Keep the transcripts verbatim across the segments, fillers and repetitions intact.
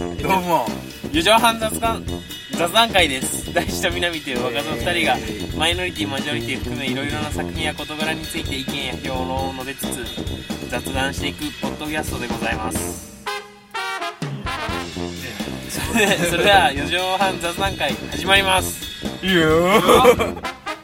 どうも四畳半雑談雑談会です。大地と南という若造ふたりがマイノリティマジョリティ含めいろいろな作品や事柄について意見や評論を述べつつ雑談していくポッドキャストでございます。それでそれでは四畳半雑談会始まります。 いいよー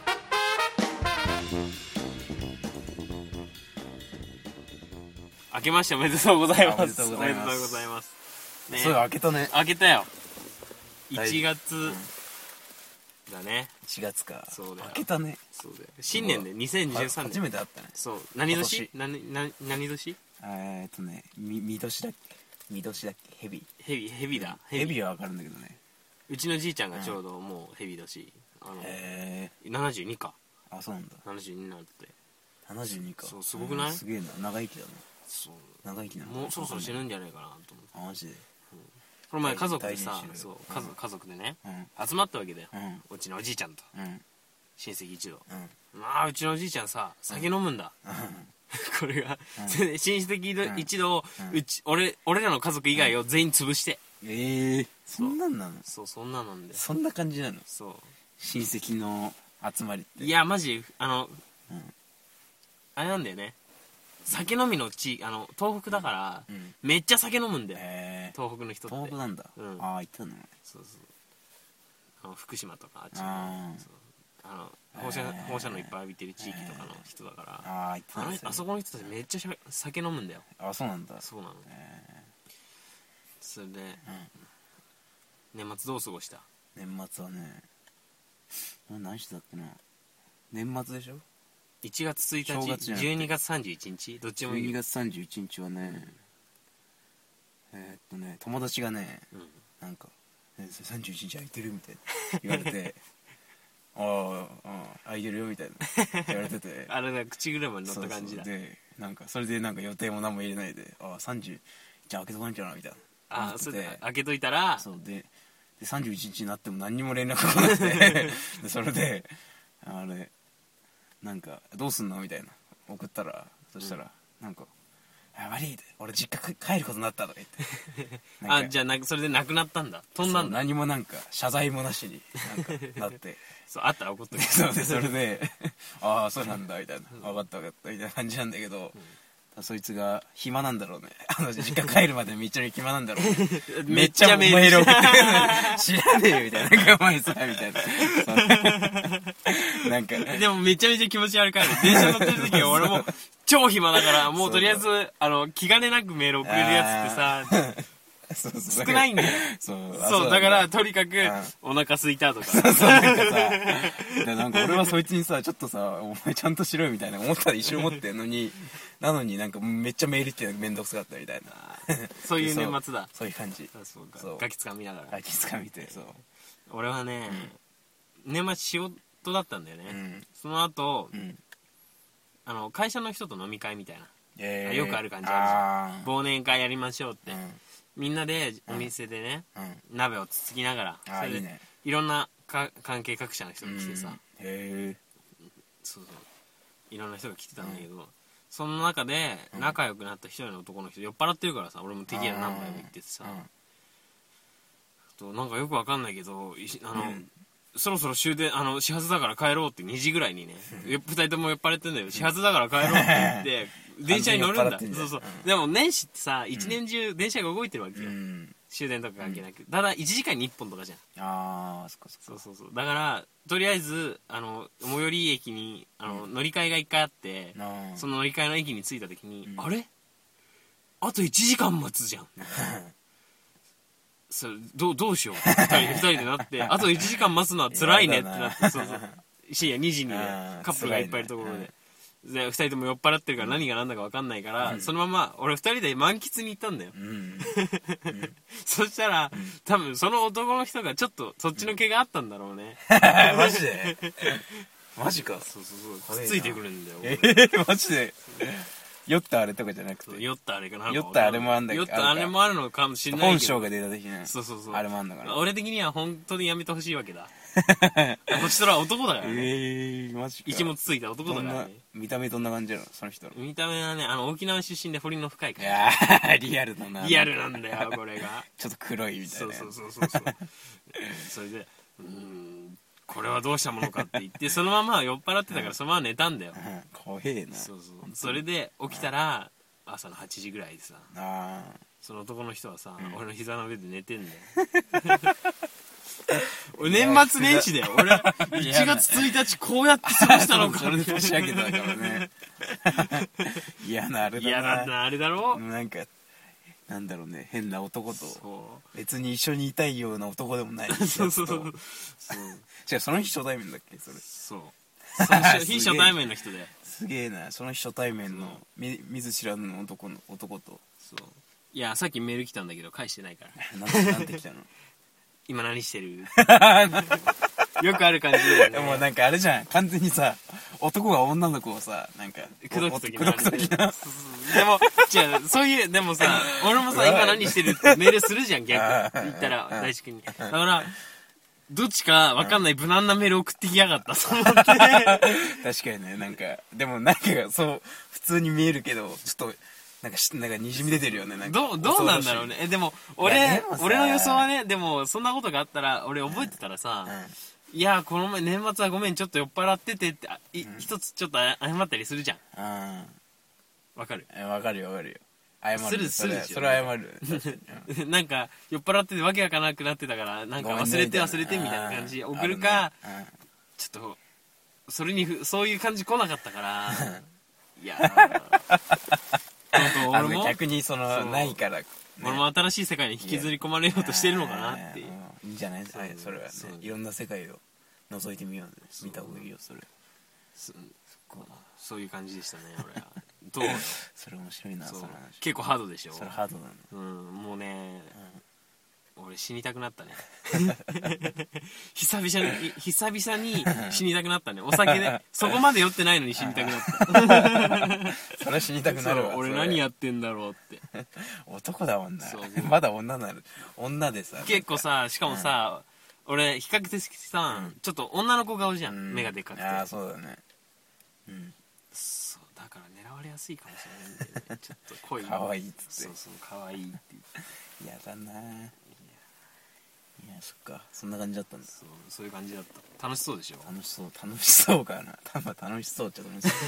明けましておめでとうございます。 おめでとうございます。 おめでとうございます、ね、 そうだ、明けたね。 明けたよ。いちがつ、うん、だね。 いちがつか。 そうだよ。 明けたね。 そうだよ。新年でにせんにじゅうさんねん初めて会ったね。 そう。何年？何何何年？ えーっとね、みみ年だっけ？み年だっけ？ヘビ。 ヘビヘビだ。 ヘビはわかるんだけどね。 うちのじいちゃんがちょうどもうヘビ年。あのへー。 ななじゅうにか。 あ、そうなんだ。 ななじゅうにになって。 ななじゅうにか。 そう、すごくない？ すげえな。長生きだね。 そう。 長生きなの。 もうそろそろ死ぬんじゃないかなと思って。 あ、マジで。 この前家族でさ、そう家族、家族でね、うん、集まったわけだよ、うん、うちのおじいちゃんと、うん、親戚一同、うん、まあうちのおじいちゃんさ酒飲むんだ、うん、これが、うん、親戚一同、うん、うち 俺, 俺らの家族以外を全員潰して、 うん、ええー、そんなんなの？ そうそんななんでそんな感じなの？ そう親戚の集まりって。 いやマジあの、うん、あれなんだよね、酒飲みの地あの東北だから、うん、めっちゃ酒飲むんだよ、えー、東北の人って。 東北なんだ、うん、ああ行ったの。 そうそう、あの福島とかあっちのあの放射、えー、放射能いっぱい浴びてる地域とかの人だから、えー、あ, あ, のあそこの人たちめっちゃ酒飲むんだよ。 あ、そうなんだ。 そうなの、えー、それで、うん、年末どう過ごした？ 年末はね、何してたっけな。年末でしょ。 いちがつついたち、じゅうにがつさんじゅういちにち、どっちもいい。 じゅうにがつさんじゅういちにちはね、うん、えー、っとね、友達がね、うん、なんか、さんじゅういちにち空いてるみたいな言われて、ああ、ああ、空いてるよみたいな言われてて、 あれね、口車に乗った感じだ。 そうそうで、なんか、それでなんか予定も何も入れないで、ああ、さんじゅう、じゃあ開けとかなきゃなみたいな。 ああ、それで開けといたら、 そうで、でさんじゅういちにちになっても何にも連絡が来なくて、でそれで、あれ、なんかどうすんのみたいな送ったら、そしたら、うん、なんかやばい俺実家帰ることになったとか言ってあ、じゃあなそれでなくなったんだ。飛んだんだ。 何もなんか謝罪もなしになんかなってそうあったら怒っとけ。 そうでそれでああそうなんだみたいな、分かった分かったみたいな感じなんだけど、うん、そいつが暇なんだろうね。あの実家帰るまでめっちゃ暇なんだろうね。めっちゃメール送って知らねえよみたいな、なんかお前さみたいななんかでもめちゃめちゃ気持ち悪いからね。電車乗ってる時は俺も超暇だからもうとりあえずあの気兼ねなくメール送れるやつってさそうそう少ないんだよ。そうそうだからとにかくお腹空いたとか、そうそうなんかさなんか俺はそいつにさちょっとさお前ちゃんとしろよみたいな思ったら一瞬思ってんのになのになんかめっちゃメールっていうのがめんどくさかったみたいなそういう年末だ。 そういう感じ。 そうか、ガキつかみながらガキつかみて。そう俺はね、うん、年末仕事だったんだよね、うん、その後、うん、あの会社の人と飲み会みたいな、えー、よくある感じあるじゃん。忘年会やりましょうって、うん、みんなでお店でね、うん、鍋をつつきながら、それでいいね、いろんなか関係各社の人が来てさ、うん、へー、そうそういろんな人が来てたんだけど、うん、その中で仲良くなった一人の男の人、酔っ払ってるからさ、俺もテキーラ何杯も言っててさ、となんかよくわかんないけどあの、うん、そろそろ終電あの始発だから帰ろうってにじぐらいにねふたりとも酔っ払ってんだよ。始発だから帰ろうって言って電車に乗るんだ。そうそう、うん、でも年始ってさ一年中電車が動いてるわけよ、うん、終電とか関係なく、うん、ただいちじかんにいっぽんとかじゃん。ああそっかそっか。そうそうそう、だからとりあえずあの最寄り駅にあの、うん、乗り換えがいっかいあって、うん、その乗り換えの駅に着いた時に、うん、あれあといちじかん待つじゃんそど, どうしようふたりでふたりでなってあといちじかん待つのは辛いねってなって、そうそう深夜にじにねカップルがいっぱいいるところで、でふたりとも酔っ払ってるから何が何だか分かんないから、うん、そのまま俺ふたりで満喫に行ったんだよ、うんうん、そしたら、うん、多分その男の人がちょっとそっちの毛があったんだろうね、 うん、マジでマジか。 そうそうそうついてくるんだよ。 えー、マジで酔ったあれとかじゃなくて、 酔ったあれかな、 酔ったあれもあんだけど、 酔ったあれもあるのかもしれないけど、 本性が出た時ね、 そうそうそう、 あれもあんのかな。 俺的には本当にやめてほしいわけだ。こちとら男だからね。 ええー、マジか。 一物ついた男だからね。 見た目どんな感じなのその人の。 見た目はね、あの沖縄出身で彫りの深い感じ。 いやーリアルだな。 リアルなんだよこれが。 ちょっと黒いみたいな。 そうそうそうそうそれで、うーんこれはどうしたものかって言って、そのまま酔っ払ってたからそのまま寝たんだよ。 怖えな。 そうそう。それで起きたら朝のはちじぐらいでさ、 あその男の人はさ、うん、俺の膝の上で寝てんだよ。俺年末年始だよ。俺いちがつついたちこうやって過ごしたのか。 それで年明けたからね。嫌なあれだな。 嫌なんだあれだろ。 なんかなんだろうね、変な男と別に一緒にいたいような男でもない。そうそうそう。じゃあその日初対面だっけそれ。そう。 その日初対面の人で。 すげえな、その日初対面の見見ず知らずの男の男と。 そう。いやさっきメール来たんだけど返してないから。 なんてなんて来たの。 今何してる。よくある感じだよね。 もうなんかあれじゃん、完全にさ男が女の子をさなんか口説く時のでも違う、そういうでもさ俺もさ今何してるってメールするじゃん、逆言ったら大志くんに。だからどっちか分かんない無難なメール送ってきやがったと思って。確かにね、なんかでもなんかそう普通に見えるけどちょっとなんかしなんかにじみ出てるよね。なんかどうどうなんだろうね。えでも俺でも俺の予想はね、でもそんなことがあったら俺覚えてたらさ、うん、いやこの前年末はごめんちょっと酔っ払っててってい、うん、一つちょっと謝ったりするじゃん。わ、うん、かる。 わかるよわかるよ。謝るするするでしょ。 それは謝る。なんか酔っ払っててわけわからなくなってたからなんか忘れて忘れてみたいな感じ送るか、ね、ちょっとそれにそういう感じ来なかったからいや俺も逆にそのないから、ね、 俺も新しい世界に引きずり込まれようとしてるのかなっていう。 いいんじゃないですか、それはね。いろんな世界を覗いてみよう、見た方がいいよそれ。 そ, そういう感じでしたね俺は。どうそれ面白いな。その話結構ハードでしょ。 それハードなの。 うんもうね、うん、俺死にたくなったね。久々に久々に死にたくなったね。お酒でそこまで酔ってないのに死にたくなった。 それ死にたくなるわ。 俺何やってんだろうって。 男だもんな。まだ女なる女でさ結構さ、しかもさ、うん、俺比較的さ、うん、ちょっと女の子顔じゃん、うん、目がでかくて。 ああそうだね。うんそうだから狙われやすいかもしれないんだよね。ちょっと恋かわいいっつって。 そうそうかわいいって言って。 やだな。いやそっかそんな感じだったんだ。 そうそういう感じだった。楽しそうでしょ。 楽しそう楽しそうかな。たま楽しそうっちゃ楽し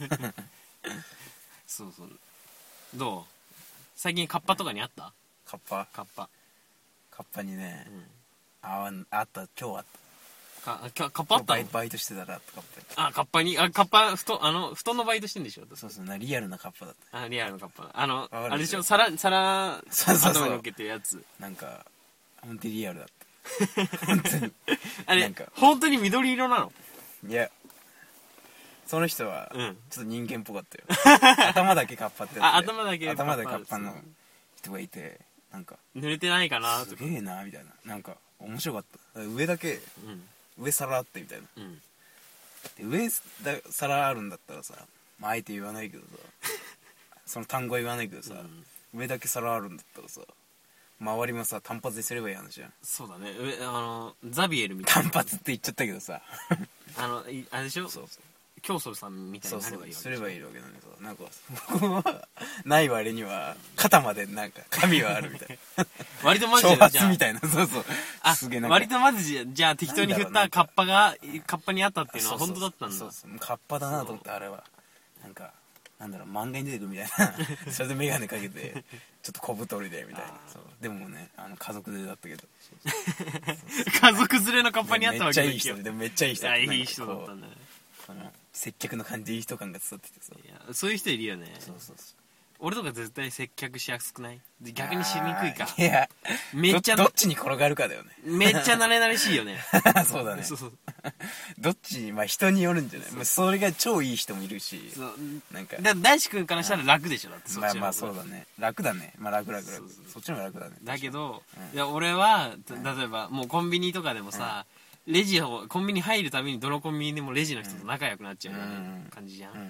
そう。そうそうどう最近カッパとかにあった？ カッパカッパカッパにね、うん、ああった今日あったかカッパあったの？ バイトしてたらカッパあカッパにあカッパふとあの布団のバイトしてんでしょ。 そうそうなリアルなカッパだった。 あリアルなカッパあのあれでしょ皿皿頭にのっけてるやつ。 なんか本当にリアルだった本当にあれ本当に緑色なの？ いやその人はちょっと人間っぽかったよ。頭だけカッパってやつ。 あ頭だけ頭だけカッパの人がいてなんか濡れてないかなとかすげえなみたいな。なんか面白かった。上だけ、うん、上皿あってみたいな、うん、で上だ皿あるんだったらさ、まあ、あえて言わないけどさその単語は言わないけどさ、うん、上だけ皿あるんだったらさ周りもさ単発ですればいい話じゃん。 そうだね。上あのザビエルみたいな単発って言っちゃったけどさあのあれでしょ。 そうそう教祖さんみたいになればいいわけ。 すればいいわけなんだけどなんか僕はない割には肩までなんか神はあるみたいな割とマジで挑発みたいな。そうそうあすげえなんか割とマジでじゃあ適当に振ったカッパがカッパにあったっていうのは本当だったんだ。 そうそうカッパだなと思ってあれはなんかなんだろう漫画に出てくるみたいなそれで眼鏡かけてちょっと小太りでみたいな。そうでもねあの家族連れだったけど家族連れのカッパにあったわけ。 めっちゃいい人でめっちゃいい人いい人だったんだね。 接客の感じいい人感が伝わってきてさ。 いやそういう人いるよね。そうそうそう俺とか絶対接客しやすくない？逆にしにくいか。 いやめっちゃど, どっちに転がるかだよね。 めっちゃ慣れ慣れしいよねそうだね。そうそうどっちにまあ人によるんじゃない。そ, それが超いい人もいるしそうなんかだ大志くんからしたら楽でしょ。だってそっちのまあまあそうだね楽だね。まあ楽楽楽 そ, そ, そっちの方が楽だね。 だけど、うん、いや俺は例えばもうコンビニとかでもさ、うん、レジをコンビニ入るたびにどのコンビニでもレジの人と仲良くなっちゃうような感じじゃん、うんうん、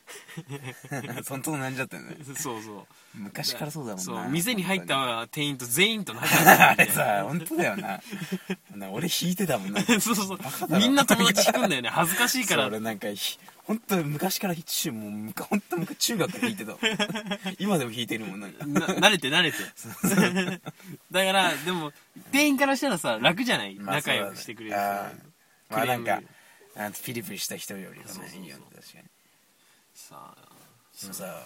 本当のなんじゃったよね。 そうそう昔からそうだもんな。 そう店に入った店員と全員と仲良くなあれさ本当だよな。な俺引いてたもんな。 そうそうみんな友達引くんだよね恥ずかしいから。 俺なんか本当昔から中もう本当昔中学で引いてた今でも引いてるもんなんかな慣れて慣れてだからでも店員からしたらさ楽じゃない、まあ、仲良くしてくれるさ、 まあなんかピリピリした人よりはねいいよね確かに。 さあでもさ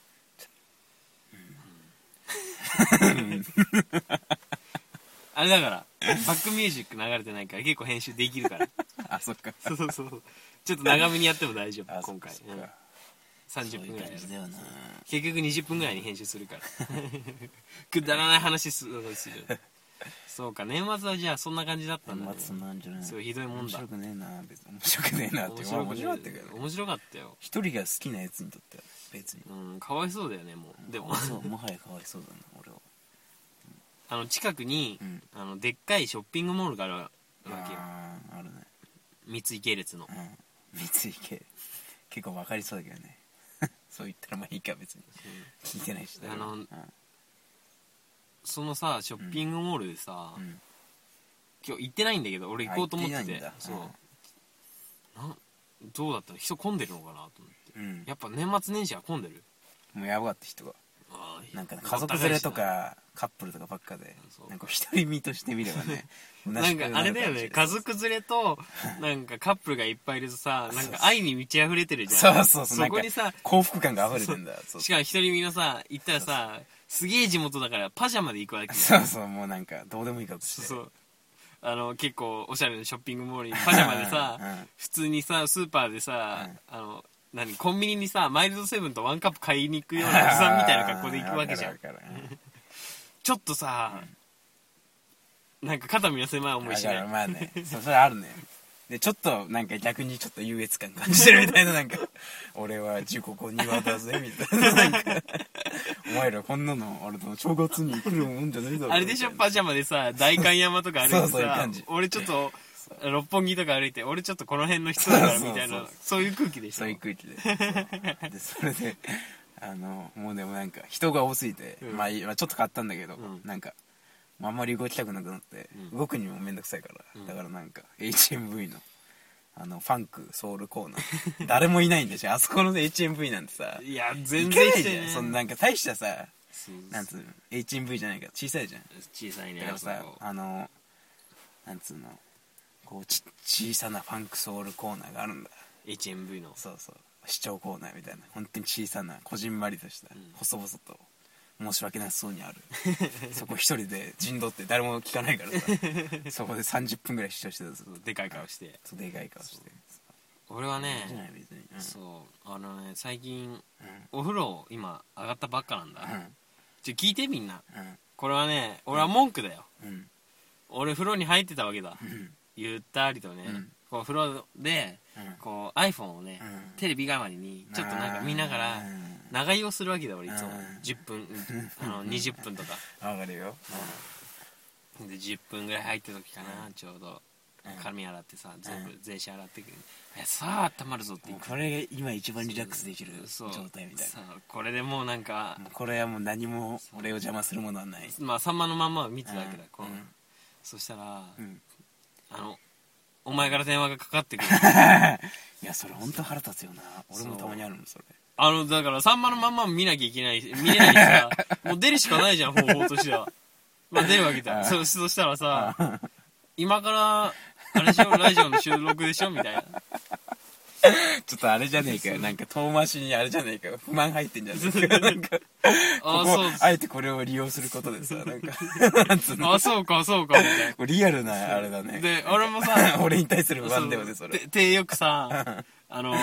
あれだからバックミュージック流れてないから結構編集できるからあそっかそうそうそうちょっと長めにやっても大丈夫今回、 うん、 さんじゅっぷんぐらいやるだよな。 結局にじゅっぷんぐらいに編集するからくだらない話するそうか年末はじゃあそんな感じだったんだね。 年末なんじゃない。 そうひどいもんだ。 面白くねえな別に面白くねえなって面白かったけど、ね、 面白かったよ。 一人が好きなやつにとっては別にうんかわいそうだよねもう。でもそうもはやかわいそうだな俺は。 あの近くに、うん、あのでっかいショッピングモールがあるわけよ。 あああるね。 三井系列の、 うん、三井系結構わかりそうだけどねそう言ったらまあいいか別に聞いてないし。 あの、うん、そのさショッピングモールでさ、うん、今日行ってないんだけど俺行こうと思ってて、そう、うん、などうだったの人混んでるのかなと思って、うん、やっぱ年末年始は混んでる。 もうやばかった人がなんか、ね、家族連れとかカップルとかばっかでなんか独り身としてみればねなんかあれだよね家族連れとなんかカップルがいっぱいいるとさなんか愛に満ち溢れてるじゃん。 そうそうそうそこにさ幸福感が溢れてんだ。 そうしかも独り身のさ行ったらさすげえ地元だからパジャマで行くわけ。 そうそうもうなんかどうでもいいかとしてそうあの結構おしゃれなショッピングモールにパジャマでさ、うん、普通にさスーパーでさ、うん、あの何コンビニにさマイルドセブンとワンカップ買いに行くようなおじさんみたいな格好で行くわけじゃんちょっとさ、うん、なんか肩身の狭い思いしない。 まあねそそれあるね。でちょっとなんか逆にちょっと優越感感じてるみたいななんか俺は自国を庭だぜみたいななんかお前らこんなの俺の正月に来るもんじゃないだろあれでしょパジャマでさ代官山とか歩いてさそうそういう感じ。 俺ちょっと六本木とか歩いて俺ちょっとこの辺の人だからみたいなそういう空気でしょ。 そういう空気ででそれであのもうでもなんか人が多すぎて、うん、まあちょっと買ったんだけど、うん、なんかあんまり動きたくなくなって、うん、動くにもめんどくさいから、うん、だからなんか エイチエムブイ のあのファンクソウルコーナー誰もいないんでしょあそこの エイチエムブイ なんてさいや全然行じゃん。そのなんか大したさなんつうの エイチエムブイ じゃないから小さいじゃん。 小さいね。 だからさあのなんつうのこうち小さなファンクソウルコーナーがあるんだエイチエムブイ の。 そうそう視聴コーナーみたいな本当に小さなこじんまりとした、うん、細々と申し訳なさそうにあるそこ一人で陣取って誰も聞かないからさそこでさんじゅっぷんぐらい視聴してたぞ。 でかい顔してそうでかい顔して俺はね、うん、そうあのね最近、うん、お風呂今上がったばっかなんだ、うん、ちょ聞いてみんな、うん、これはね俺は文句だよ、うん、俺風呂に入ってたわけだ、うん、ゆったりとね、うん、こう風呂で、うん、こう iPhone をね、うん、テレビ代わりにちょっとなんか見ながら長居をするわけだ俺いつもじゅっぷんあのにじゅっぷんとかわかるよ、 うん、でじゅっぷんぐらい入った時かな、うん、ちょうど髪洗ってさ全部全身洗ってくる、うん、さあ温まるぞっていうこれが今一番リラックスできる状態みたいな。 これでもうなんかもうこれはもう何も俺を邪魔するものはない。 まあさんまのまんまを見てたわけだ、うん、うん、そしたら、うん、あのお前から電話がかかってくるいやそれ本当腹立つよな。俺もたまにあるのそれ。 あのだからさんまのまんま見なきゃいけない見れないしさもう出るしかないじゃん方法としては。まあ出るわけだ。そ, そしたらさ今からあれでしょラジオの収録でしょみたいな。 ちょっとあれじゃねえかよなんか遠回しにあれじゃねえかよ不満入ってんじゃねえかなんかあここあえてこれを利用することでさなんかなんつうのあそうかそうかみたいなリアルなあれだね。 で俺もさ俺に対する不安だよねそれ。 手よくさあの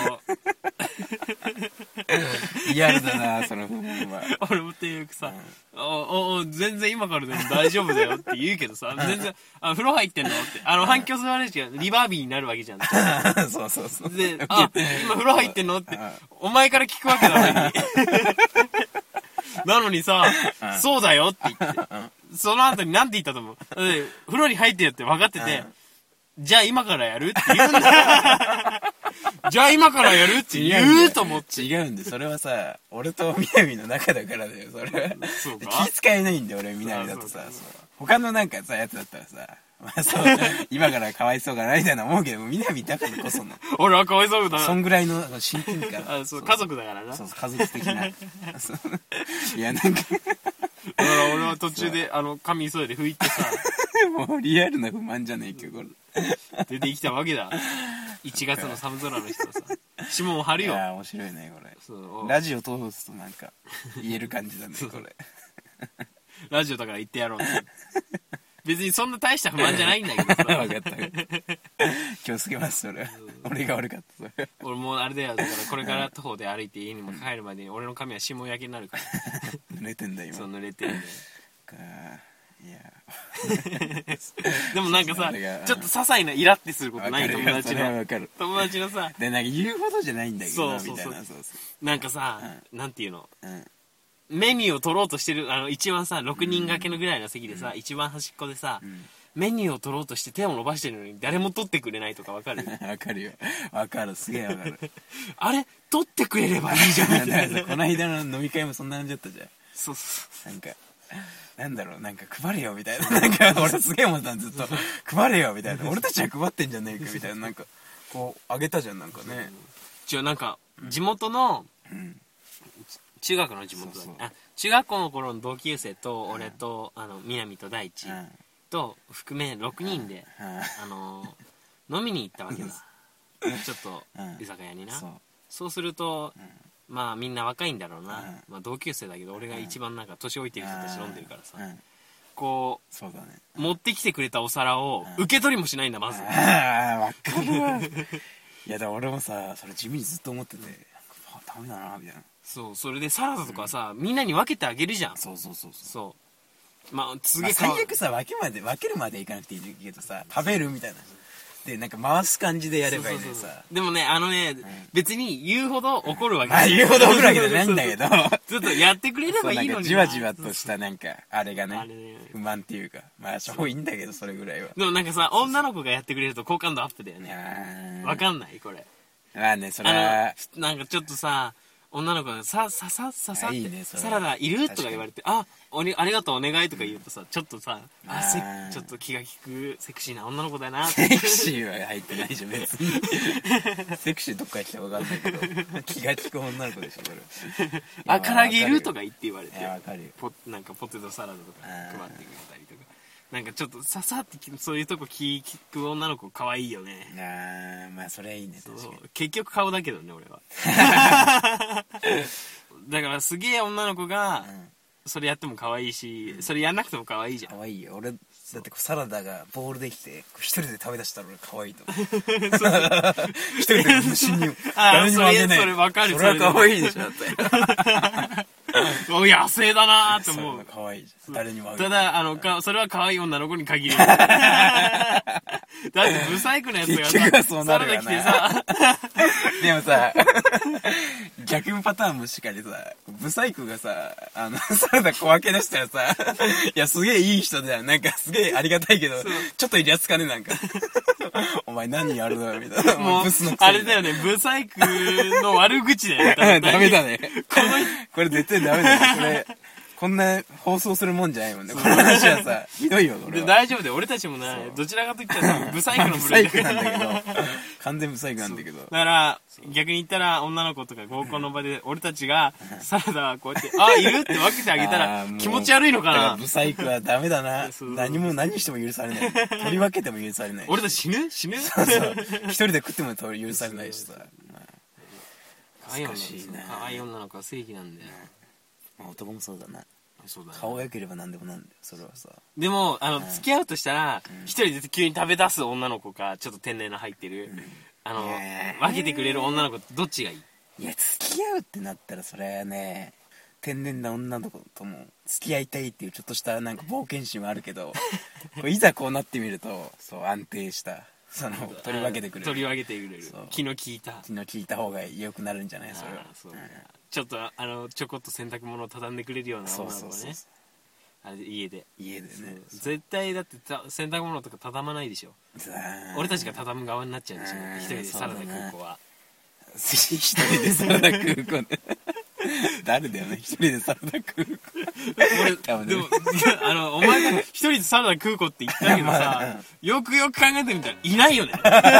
リアルだなその不満は。 俺も手よくさ、うん、おお全然今からでも大丈夫だよって言うけどさ全然あ風呂入ってんのってあの反響するあれしかリバービーになるわけじゃんそうそうそうであ今風呂入ってんのってお前から聞くわけだのになのにさそうだよって言ってその後に何て言ったと思う。風呂に入ってるって分かっててじゃあ今からやるって言うんだじゃあ今からやるって言うと思って。 違うんで、それはさ、俺と南の中だからだよ、それは。そうか。気遣えないんだよ、俺南だとさ。他のなんかさ、やつだったらさ、まあそう、今からかわいそうかなみたいな思うけど、南だからこその。 俺はかわいそうだな。 そんぐらいの親近感。 あ、そう、家族だからな。 そう、家族的な。いや、なんか。 だから俺は途中で、あの、髪急いで拭いてさ。 もうリアルな不満じゃねえけど、これ。 出てきたわけだ。いちがつの寒空の人はさ。霜も張るよ。いや、面白いね、これ。そうラジオ通すとなんか、言える感じだね、これ。 ラジオだから言ってやろうって。別にそんな大した不満じゃないんだけどさ。 分かった。気をつけます、それは。俺が悪かった、それ。 俺もうあれだよ、だからこれから徒歩で歩いて家にも帰るまでに俺の髪は霜焼けになるから。 濡れてんだ、今。 そう、濡れてんだよ。 かいやでもなんかさ、ちょっと些細なイラってすることない？友達の。友達のさ。 で、なんか言うほどじゃないんだけどな、みたいな。 なんかさ、なんていうの。メニューを取ろうとしてる、あの、一番さ、ろくにん掛けのぐらいの席でさ、一番端っこでさ、メニューを取ろうとして手を伸ばしてるのに誰も取ってくれないとかわかる？ わかるよ。わかる、すげえわかる。 あれ取ってくれればいいじゃんみたいな。 この間の飲み会もそんな感じだったじゃん。 そうそう。 なんか、なんだろう、なんか配れよみたいな。なんか俺すげえ思ったんずっと。配れよみたいな。俺たちは配ってんじゃねえかみたいな。なんか、こう、あげたじゃん、なんかね。 違う、なんか、地元の、中学の地元だね。あ、中学校の頃の同級生と俺と、あの、南と大地と含めろくにんで、あの、飲みに行ったわけだ。ちょっと、居酒屋にな。そうすると、まあみんな若いんだろうな。まあ同級生だけど、俺が一番なんか年老いてる人たち飲んでるからさ。こう、 そうだね。 持ってきてくれたお皿を受け取りもしないんだ、まず。 ああ、わかるわ。いや、だから俺もさ、それ地味にずっと思ってて、ダメだな、みたいな。 そう、それでサラダとかさ、うん、みんなに分けてあげるじゃん。 そうそうそうそう。まあ、次、まあ、 最悪さ、分けまで、分けるまでいかなくていいけどさ、食べるみたいな。で、なんか回す感じでやればいいのにさ。 でもね、あのね、うん、別に言うほど怒るわけじゃない。あ、言うほど怒るわけじゃないんだけど。 ちょっとやってくれればいいのに。 じわじわとしたなんか、あれがね、ね不満っていうか。まあ、そういいんだけど、それぐらいは。 でもなんかさ、女の子がやってくれると好感度アップだよね。わかんないこれ。 まあね、それは。 なんかちょっとさ、女の子がさ、ささ、ささって、いいね、サラダいるとか言われて、あ、おに、ありがとうお願いとか言うとさ、ちょっとさ、あ、せ、ちょっと気が利くセクシーな女の子だなって。 セクシーは入ってないじゃん、別に。セクシーどっか行ってわかんないけど、気が利く女の子でしょ、それ。 あ、唐揚げいるとか言って言われて、 わかるよ。 ポ、なんかポテトサラダとか配ってくれたりとか。なんかちょっとささってそういうとこ聞く女の子可愛いよね。 ああ、まあそれはいいね。確かに。 結局顔だけどね、俺は。だからすげえ女の子がそれやっても可愛いし、それやんなくても可愛いじゃん。 可愛いよ。俺だってサラダがボールできて一人で食べ出したら俺可愛いと思う。一人で無心に誰にもあげない。 それ分かる。 それは可愛いでしょだって。 野生だなーって思う。 可愛いじゃん。誰にもあげない。ただあのかそれは可愛い女の子に限る。だってブサイクなやつがさサラダ来てさ。 でもさ、逆パターンもしっかりさ、ブサイクがさ、あのサラダ小分け出したらさ、いやすげえいい人だよ。なんかすげえありがたいけど、ちょっとイラつかねなんか。お前何やるのみたいな。 もうあれだよね、ブサイクの悪口だよ。 ダメだね。このこれ絶対ダメだね。これ。こんな放送するもんじゃないもんね。この話はさ、ひどいよ、俺は。 大丈夫だよ。俺たちもね、どちらかといったらブサイクの部類。 ブサイクなんだけど。完全ブサイクなんだけど。だから、逆に言ったら女の子とか合コンの場で、俺たちがサラダこうやって、あ、いるって分けてあげたら気持ち悪いのかな。 ブサイクはダメだな。何も何しても許されない。取り分けても許されない。 俺たち死ぬ死ぬそうそう。一人で食っても許されないしさ。 難しいな。可愛い女の子は正義なんだよ。 男もそうだな。そうだね、顔が良ければ何でもなんだよそれはさ。 でもあの、うん、付き合うとしたら一、うん、人で急に食べ出す女の子かちょっと天然の入ってる、うん、あの分けてくれる女の子どっちがいい？ いや付き合うってなったらそれはね天然な女の子とも付き合いたいっていうちょっとしたなんか冒険心はあるけどいざこうなってみるとそう安定したその取り分けてくれる取り分けてくれる気の利いた気の利いた方が良くなるんじゃないそれは。そう、うん、 ちょっとあのちょこっと洗濯物を畳んでくれるような女の子ね。あれ家で家でね絶対だって洗濯物とか畳まないでしょ。俺たちが畳む側になっちゃうんでしょ、一人でサラダ食う子は。 一人でサラダ空港で誰だよね、一人でサラダ空港俺でもあのお前が一人でサラダ空港って言ったけどさ、まあ、よくよく考えてみたらいないよね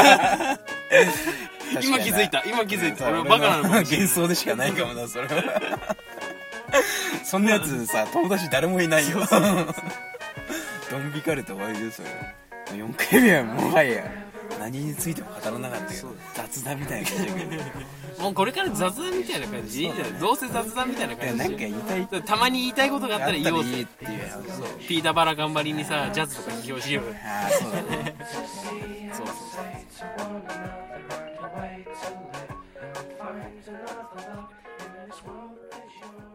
今気づいた今気づいた俺バカなのかもしれない幻想でしかないかもなそれはそんなやつさ友達誰もいないよドン引かれて終わりですよ。よんかいめはもはや何についても語らなかったけど雑談みたいな感じだけどもうこれから雑談みたいな感じいいじゃん。どうせ雑談みたいな感じなんか言いたいたまに言いたいことがあったら言おうぜっていうピーターバラ頑張りにさジャズとか批評しよう。 ああそうだねそうそう Find another love in this world that you're